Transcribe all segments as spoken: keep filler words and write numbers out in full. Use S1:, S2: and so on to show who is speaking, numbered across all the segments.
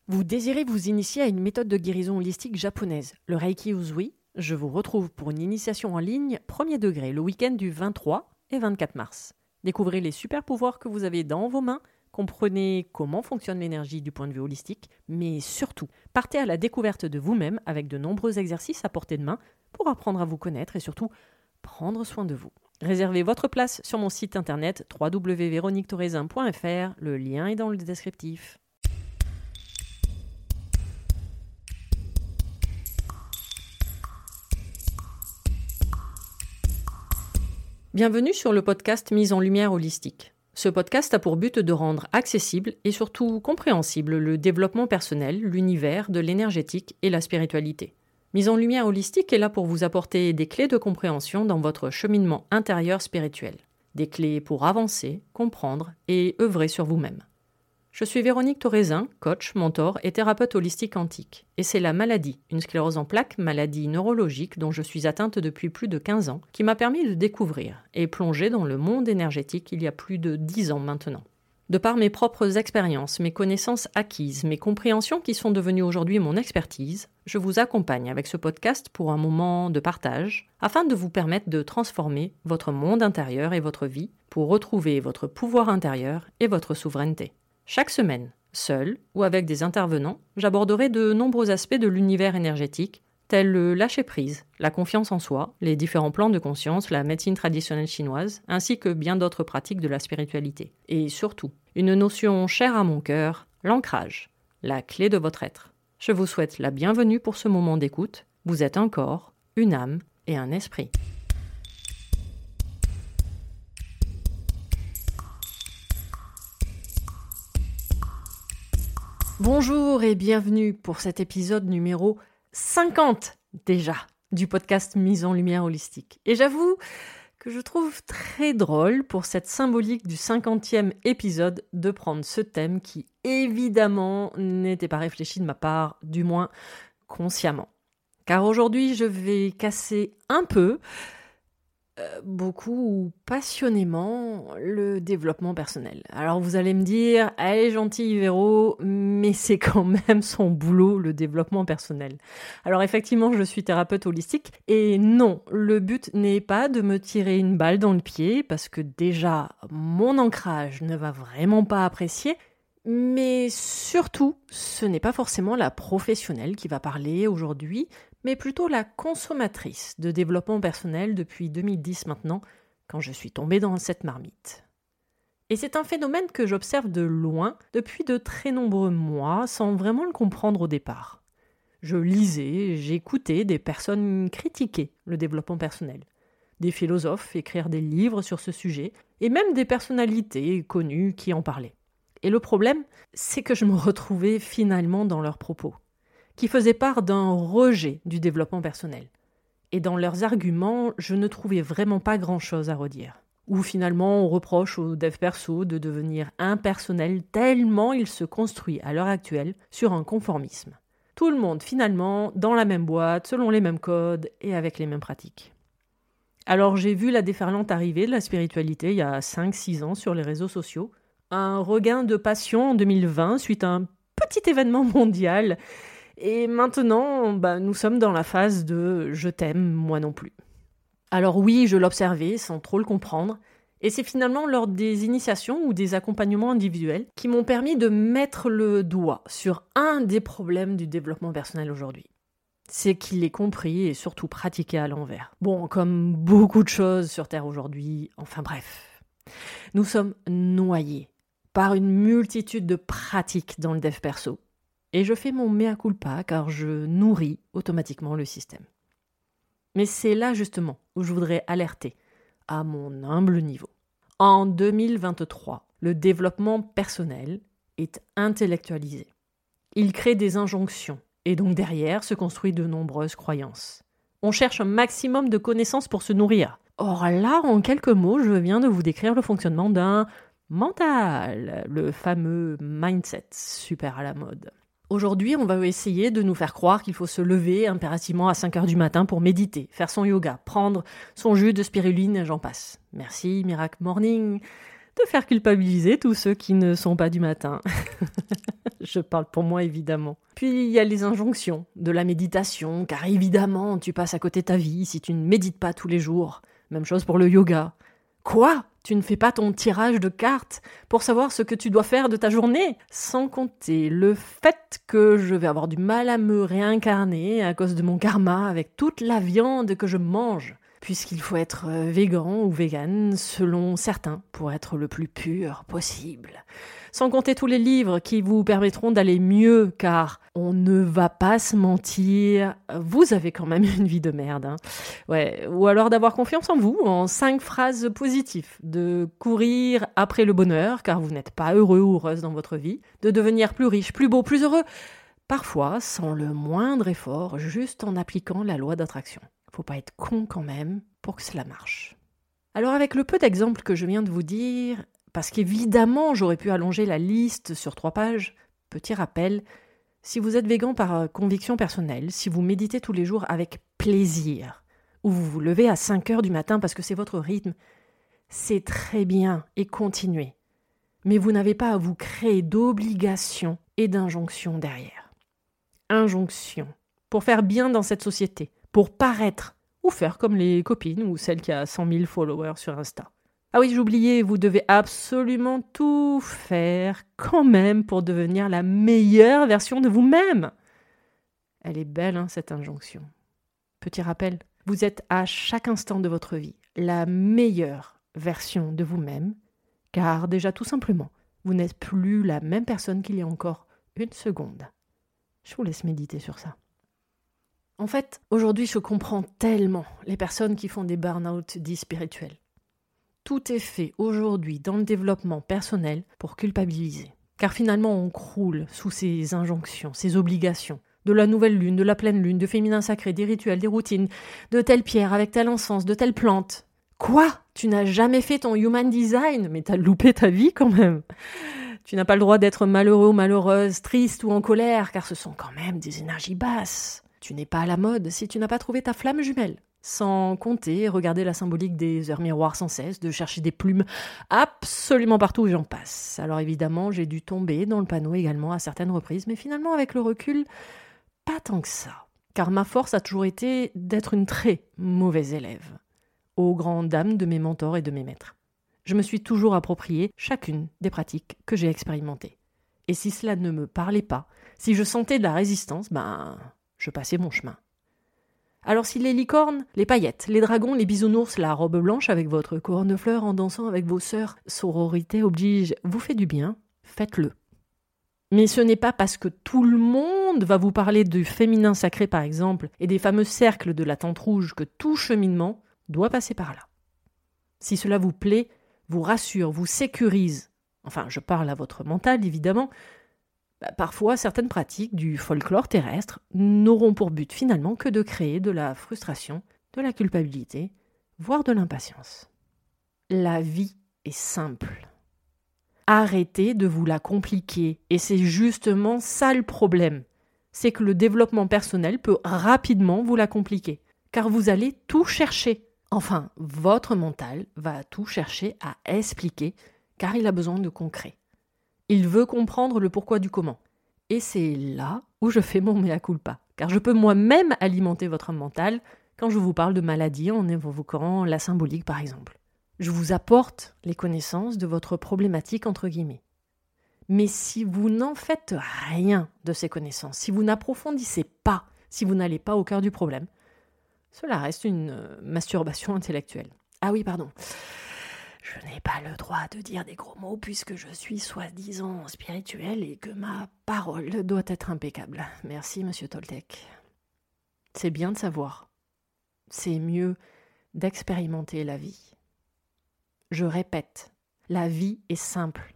S1: Vous désirez vous initier à une méthode de guérison holistique japonaise, le Reiki Usui? Je vous retrouve pour une initiation en ligne premier degré le week-end du vingt-trois et vingt-quatre mars. Découvrez les super pouvoirs que vous avez dans vos mains, comprenez comment fonctionne l'énergie du point de vue holistique, mais surtout, partez à la découverte de vous-même avec de nombreux exercices à portée de main pour apprendre à vous connaître et surtout prendre soin de vous. Réservez votre place sur mon site internet w w w point véronique thorezin point f r, le lien est dans le descriptif. Bienvenue sur le podcast Mise en lumière holistique. Ce podcast a pour but de rendre accessible et surtout compréhensible le développement personnel, l'univers de l'énergétique et la spiritualité. Mise en lumière holistique est là pour vous apporter des clés de compréhension dans votre cheminement intérieur spirituel. Des clés pour avancer, comprendre et œuvrer sur vous-même. Je suis Véronique Thorezin, coach, mentor et thérapeute holistique quantique. Et c'est la maladie, une sclérose en plaques, maladie neurologique dont je suis atteinte depuis plus de quinze ans, qui m'a permis de découvrir et plonger dans le monde énergétique il y a plus de dix ans maintenant. De par mes propres expériences, mes connaissances acquises, mes compréhensions qui sont devenues aujourd'hui mon expertise, je vous accompagne avec ce podcast pour un moment de partage, afin de vous permettre de transformer votre monde intérieur et votre vie pour retrouver votre pouvoir intérieur et votre souveraineté. Chaque semaine, seul ou avec des intervenants, j'aborderai de nombreux aspects de l'univers énergétique, tels le lâcher-prise, la confiance en soi, les différents plans de conscience, la médecine traditionnelle chinoise, ainsi que bien d'autres pratiques de la spiritualité. Et surtout, une notion chère à mon cœur, l'ancrage, la clé de votre être. Je vous souhaite la bienvenue pour ce moment d'écoute. Vous êtes un corps, une âme et un esprit. Bonjour et bienvenue pour cet épisode numéro cinquante déjà du podcast Mise en lumière holistique. Et j'avoue que je trouve très drôle pour cette symbolique du cinquantième épisode de prendre ce thème qui évidemment n'était pas réfléchi de ma part, du moins consciemment. Car aujourd'hui je vais casser un peu, euh, beaucoup ou passionnément le développement personnel. Alors vous allez me dire, elle est gentille Véro, mais c'est quand même son boulot, le développement personnel. Alors effectivement, je suis thérapeute holistique, et non, le but n'est pas de me tirer une balle dans le pied, parce que déjà, mon ancrage ne va vraiment pas apprécier, mais surtout, ce n'est pas forcément la professionnelle qui va parler aujourd'hui, mais plutôt la consommatrice de développement personnel depuis deux mille dix maintenant, quand je suis tombée dans cette marmite. Et c'est un phénomène que j'observe de loin depuis de très nombreux mois, sans vraiment le comprendre au départ. Je lisais, j'écoutais des personnes critiquer le développement personnel, des philosophes écrire des livres sur ce sujet, et même des personnalités connues qui en parlaient. Et le problème, c'est que je me retrouvais finalement dans leurs propos, qui faisaient part d'un rejet du développement personnel. Et dans leurs arguments, je ne trouvais vraiment pas grand-chose à redire. Ou finalement, on reproche aux devs perso de devenir impersonnel tellement il se construit à l'heure actuelle sur un conformisme. Tout le monde finalement dans la même boîte, selon les mêmes codes et avec les mêmes pratiques. Alors j'ai vu la déferlante arrivée de la spiritualité il y a cinq six ans sur les réseaux sociaux, un regain de passion en deux mille vingt suite à un petit événement mondial. Et maintenant, bah, nous sommes dans la phase de « je t'aime, moi non plus ». Alors oui, je l'observais sans trop le comprendre, et c'est finalement lors des initiations ou des accompagnements individuels qui m'ont permis de mettre le doigt sur un des problèmes du développement personnel aujourd'hui. C'est qu'il est compris et surtout pratiqué à l'envers. Bon, comme beaucoup de choses sur Terre aujourd'hui, enfin bref. Nous sommes noyés par une multitude de pratiques dans le dev perso. Et je fais mon mea culpa car je nourris automatiquement le système. Mais c'est là justement où je voudrais alerter, à mon humble niveau. En deux mille vingt-trois, le développement personnel est intellectualisé. Il crée des injonctions et donc derrière se construit de nombreuses croyances. On cherche un maximum de connaissances pour se nourrir. Or là, en quelques mots, je viens de vous décrire le fonctionnement d'un mental, le fameux mindset super à la mode. Aujourd'hui, on va essayer de nous faire croire qu'il faut se lever impérativement à cinq heures du matin pour méditer, faire son yoga, prendre son jus de spiruline, j'en passe. Merci, Miracle Morning. de faire culpabiliser tous ceux qui ne sont pas du matin. Je parle pour moi, évidemment. Puis il y a les injonctions de la méditation, car évidemment, tu passes à côté de ta vie si tu ne médites pas tous les jours. Même chose pour le yoga. Quoi ? Tu ne fais pas ton tirage de cartes pour savoir ce que tu dois faire de ta journée ? Sans compter le fait que je vais avoir du mal à me réincarner à cause de mon karma avec toute la viande que je mange, puisqu'il faut être végan ou végane selon certains pour être le plus pur possible. Sans compter tous les livres qui vous permettront d'aller mieux, car on ne va pas se mentir, vous avez quand même une vie de merde. Hein. Ouais. Ou alors d'avoir confiance en vous, en cinq phrases positives, de courir après le bonheur, car vous n'êtes pas heureux ou heureuse dans votre vie, de devenir plus riche, plus beau, plus heureux, parfois sans le moindre effort, juste en appliquant la loi d'attraction. Faut pas être con quand même pour que cela marche. Alors avec le peu d'exemples que je viens de vous dire, parce qu'évidemment j'aurais pu allonger la liste sur trois pages, petit rappel, si vous êtes végan par conviction personnelle, si vous méditez tous les jours avec plaisir, ou vous vous levez à cinq heures du matin parce que c'est votre rythme, c'est très bien et continuez. Mais vous n'avez pas à vous créer d'obligations et d'injonctions derrière. Injonctions, pour faire bien dans cette société, pour paraître, ou faire comme les copines ou celle qui a cent mille followers sur Insta. Ah oui, j'oubliais, vous devez absolument tout faire quand même pour devenir la meilleure version de vous-même. Elle est belle, hein, cette injonction. Petit rappel, vous êtes à chaque instant de votre vie la meilleure version de vous-même, car déjà tout simplement, vous n'êtes plus la même personne qu'il y a encore une seconde. Je vous laisse méditer sur ça. En fait, aujourd'hui, je comprends tellement les personnes qui font des burn-out dits spirituels. Tout est fait aujourd'hui dans le développement personnel pour culpabiliser. Car finalement, on croule sous ces injonctions, ces obligations. De la nouvelle lune, de la pleine lune, de féminin sacré, des rituels, des routines, de telle pierre avec tel encens, de telle plante. Quoi ? Tu n'as jamais fait ton human design ? Mais t'as loupé ta vie quand même. Tu n'as pas le droit d'être malheureux ou malheureuse, triste ou en colère, car ce sont quand même des énergies basses. Tu n'es pas à la mode si tu n'as pas trouvé ta flamme jumelle. Sans compter, regarder la symbolique des heures miroirs sans cesse, de chercher des plumes absolument partout où j'en passe. Alors évidemment, j'ai dû tomber dans le panneau également à certaines reprises, mais finalement avec le recul, pas tant que ça. Car ma force a toujours été d'être une très mauvaise élève, aux grandes dames de mes mentors et de mes maîtres. Je me suis toujours approprié chacune des pratiques que j'ai expérimentées. Et si cela ne me parlait pas, si je sentais de la résistance, ben, je passais mon chemin. Alors si les licornes, les paillettes, les dragons, les bisounours, la robe blanche avec votre couronne de fleurs en dansant avec vos sœurs, sororité oblige, vous fait du bien, faites-le. Mais ce n'est pas parce que tout le monde va vous parler du féminin sacré par exemple et des fameux cercles de la tente rouge que tout cheminement doit passer par là. Si cela vous plaît, vous rassure, vous sécurise, enfin je parle à votre mental évidemment, bah, parfois certaines pratiques du folklore terrestre n'auront pour but finalement que de créer de la frustration, de la culpabilité, voire de l'impatience. La vie est simple. Arrêtez de vous la compliquer, et c'est justement ça le problème. C'est que le développement personnel peut rapidement vous la compliquer, car vous allez tout chercher. Enfin, votre mental va tout chercher à expliquer, car il a besoin de concret. Il veut comprendre le pourquoi du comment. Et c'est là où je fais mon mea culpa, car je peux moi-même alimenter votre mental quand je vous parle de maladie en évoquant la symbolique par exemple. Je vous apporte les connaissances de votre problématique entre guillemets. Mais si vous n'en faites rien de ces connaissances, si vous n'approfondissez pas, si vous n'allez pas au cœur du problème, cela reste une euh, masturbation intellectuelle. Ah oui, pardon. Je n'ai pas le droit de dire des gros mots puisque je suis soi-disant spirituel et que ma parole doit être impeccable. Merci, monsieur Toltec. C'est bien de savoir. C'est mieux d'expérimenter la vie. Je répète, la vie est simple.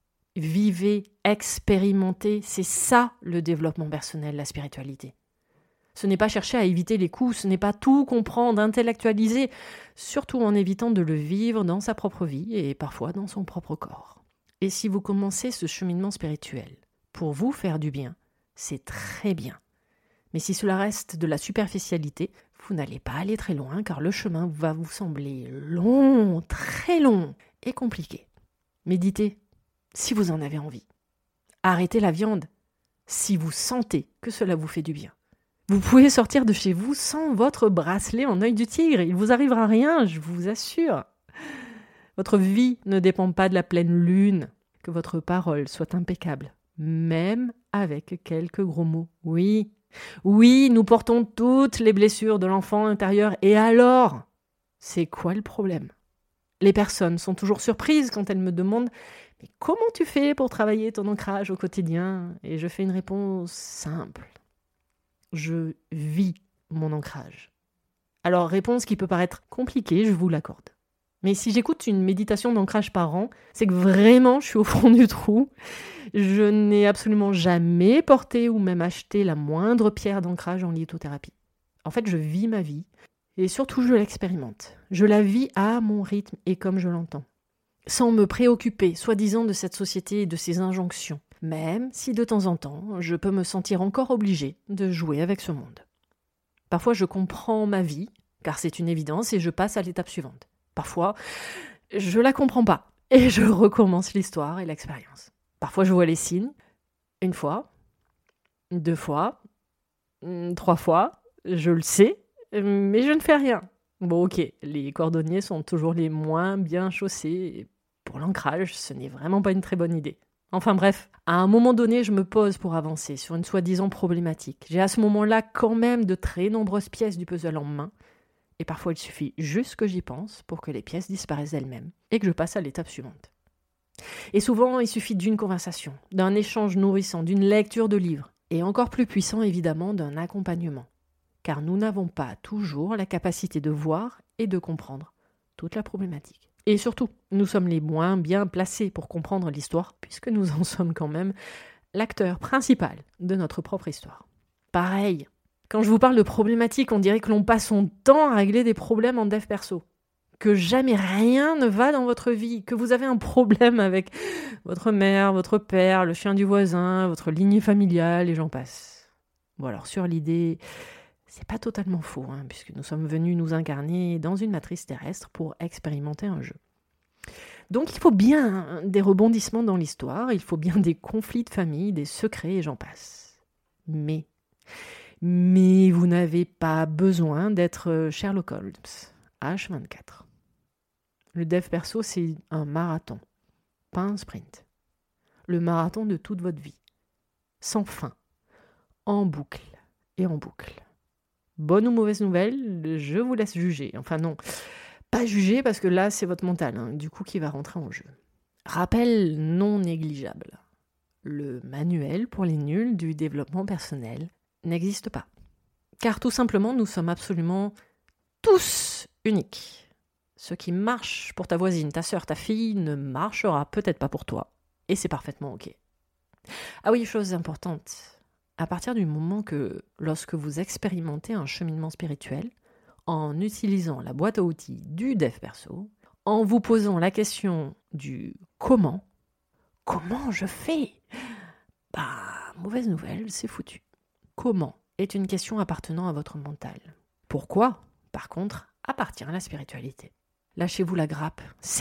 S1: Vivez, expérimentez, c'est ça le développement personnel, la spiritualité. Ce n'est pas chercher à éviter les coups, ce n'est pas tout comprendre, intellectualiser, surtout en évitant de le vivre dans sa propre vie et parfois dans son propre corps. Et si vous commencez ce cheminement spirituel pour vous faire du bien, c'est très bien. Mais si cela reste de la superficialité, vous n'allez pas aller très loin car le chemin va vous sembler long, très long et compliqué. Méditez, si vous en avez envie. Arrêtez la viande, si vous sentez que cela vous fait du bien. Vous pouvez sortir de chez vous sans votre bracelet en œil du tigre. Il ne vous arrivera rien, je vous assure. Votre vie ne dépend pas de la pleine lune. Que votre parole soit impeccable, même avec quelques gros mots. Oui, oui, nous portons toutes les blessures de l'enfant intérieur. Et alors, c'est quoi le problème ? Les personnes sont toujours surprises quand elles me demandent « Mais comment tu fais pour travailler ton ancrage au quotidien ?» Et je fais une réponse simple. Je vis mon ancrage. Alors, réponse qui peut paraître compliquée, je vous l'accorde. Mais si j'écoute une méditation d'ancrage par an, c'est que vraiment je suis au fond du trou. Je n'ai absolument jamais porté ou même acheté la moindre pierre d'ancrage en lithothérapie. En fait, je vis ma vie et surtout je l'expérimente. Je la vis à mon rythme et comme je l'entends. Sans me préoccuper, soi-disant, de cette société et de ses injonctions. Même si de temps en temps, je peux me sentir encore obligée de jouer avec ce monde. Parfois, je comprends ma vie, car c'est une évidence, et je passe à l'étape suivante. Parfois, je la comprends pas et je recommence l'histoire et l'expérience. Parfois, je vois les signes. Une fois, deux fois, trois fois, je le sais, mais je ne fais rien. Bon, ok, les cordonniers sont toujours les moins bien chaussés. Pour l'ancrage, ce n'est vraiment pas une très bonne idée. Enfin bref, à un moment donné, je me pose pour avancer sur une soi-disant problématique. J'ai à ce moment-là quand même de très nombreuses pièces du puzzle en main. Et parfois, il suffit juste que j'y pense pour que les pièces disparaissent d'elles-mêmes et que je passe à l'étape suivante. Et souvent, il suffit d'une conversation, d'un échange nourrissant, d'une lecture de livres, et encore plus puissant, évidemment, d'un accompagnement. Car nous n'avons pas toujours la capacité de voir et de comprendre toute la problématique. Et surtout, nous sommes les moins bien placés pour comprendre l'histoire, puisque nous en sommes quand même l'acteur principal de notre propre histoire. Pareil, quand je vous parle de problématiques, on dirait que l'on passe son temps à régler des problèmes en dev perso. Que jamais rien ne va dans votre vie, que vous avez un problème avec votre mère, votre père, le chien du voisin, votre lignée familiale, et j'en passe. Bon alors sur l'idée, c'est pas totalement faux, hein, puisque nous sommes venus nous incarner dans une matrice terrestre pour expérimenter un jeu. Donc il faut bien des rebondissements dans l'histoire, il faut bien des conflits de famille, des secrets, et j'en passe. Mais... Mais vous n'avez pas besoin d'être Sherlock Holmes, H vingt-quatre. Le dev perso, c'est un marathon, pas un sprint. Le marathon de toute votre vie. Sans fin, en boucle et en boucle. Bonne ou mauvaise nouvelle, je vous laisse juger. Enfin non, pas juger parce que là, c'est votre mental, hein, du coup, qui va rentrer en jeu. Rappel non négligeable. Le manuel pour les nuls du développement personnel n'existe pas. Car tout simplement, nous sommes absolument tous uniques. Ce qui marche pour ta voisine, ta sœur, ta fille ne marchera peut-être pas pour toi. Et c'est parfaitement ok. Ah oui, chose importante. À partir du moment que, lorsque vous expérimentez un cheminement spirituel, en utilisant la boîte à outils du dev perso, en vous posant la question du comment, comment je fais ? Bah, mauvaise nouvelle, c'est foutu. Comment est une question appartenant à votre mental. Pourquoi, par contre, appartient à la spiritualité. Lâchez-vous la grappe. Sérieux ?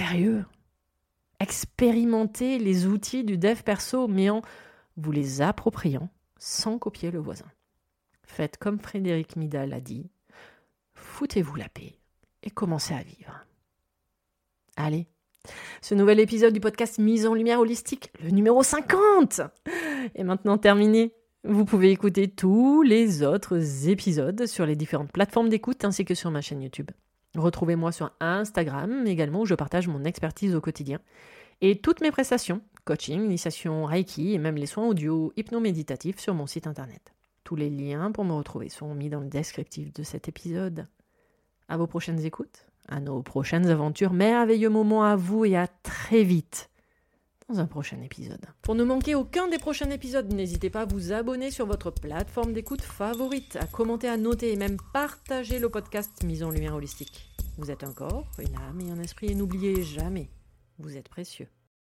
S1: Expérimentez les outils du dev perso, mais en vous les appropriant sans copier le voisin. Faites comme Frédéric Midal l'a dit, foutez-vous la paix et commencez à vivre. Allez, ce nouvel épisode du podcast Mise en Lumière Holistique, le numéro cinquante, est maintenant terminé. Vous pouvez écouter tous les autres épisodes sur les différentes plateformes d'écoute ainsi que sur ma chaîne YouTube. Retrouvez-moi sur Instagram également où je partage mon expertise au quotidien et toutes mes prestations, coaching, initiation Reiki et même les soins audio hypno-méditatifs sur mon site internet. Tous les liens pour me retrouver sont mis dans le descriptif de cet épisode. À vos prochaines écoutes, à nos prochaines aventures, merveilleux moments à vous et à très vite dans un prochain épisode. Pour ne manquer aucun des prochains épisodes, n'hésitez pas à vous abonner sur votre plateforme d'écoute favorite, à commenter, à noter et même partager le podcast Mise en Lumière Holistique. Vous êtes un corps, une âme et un esprit et n'oubliez jamais, vous êtes précieux.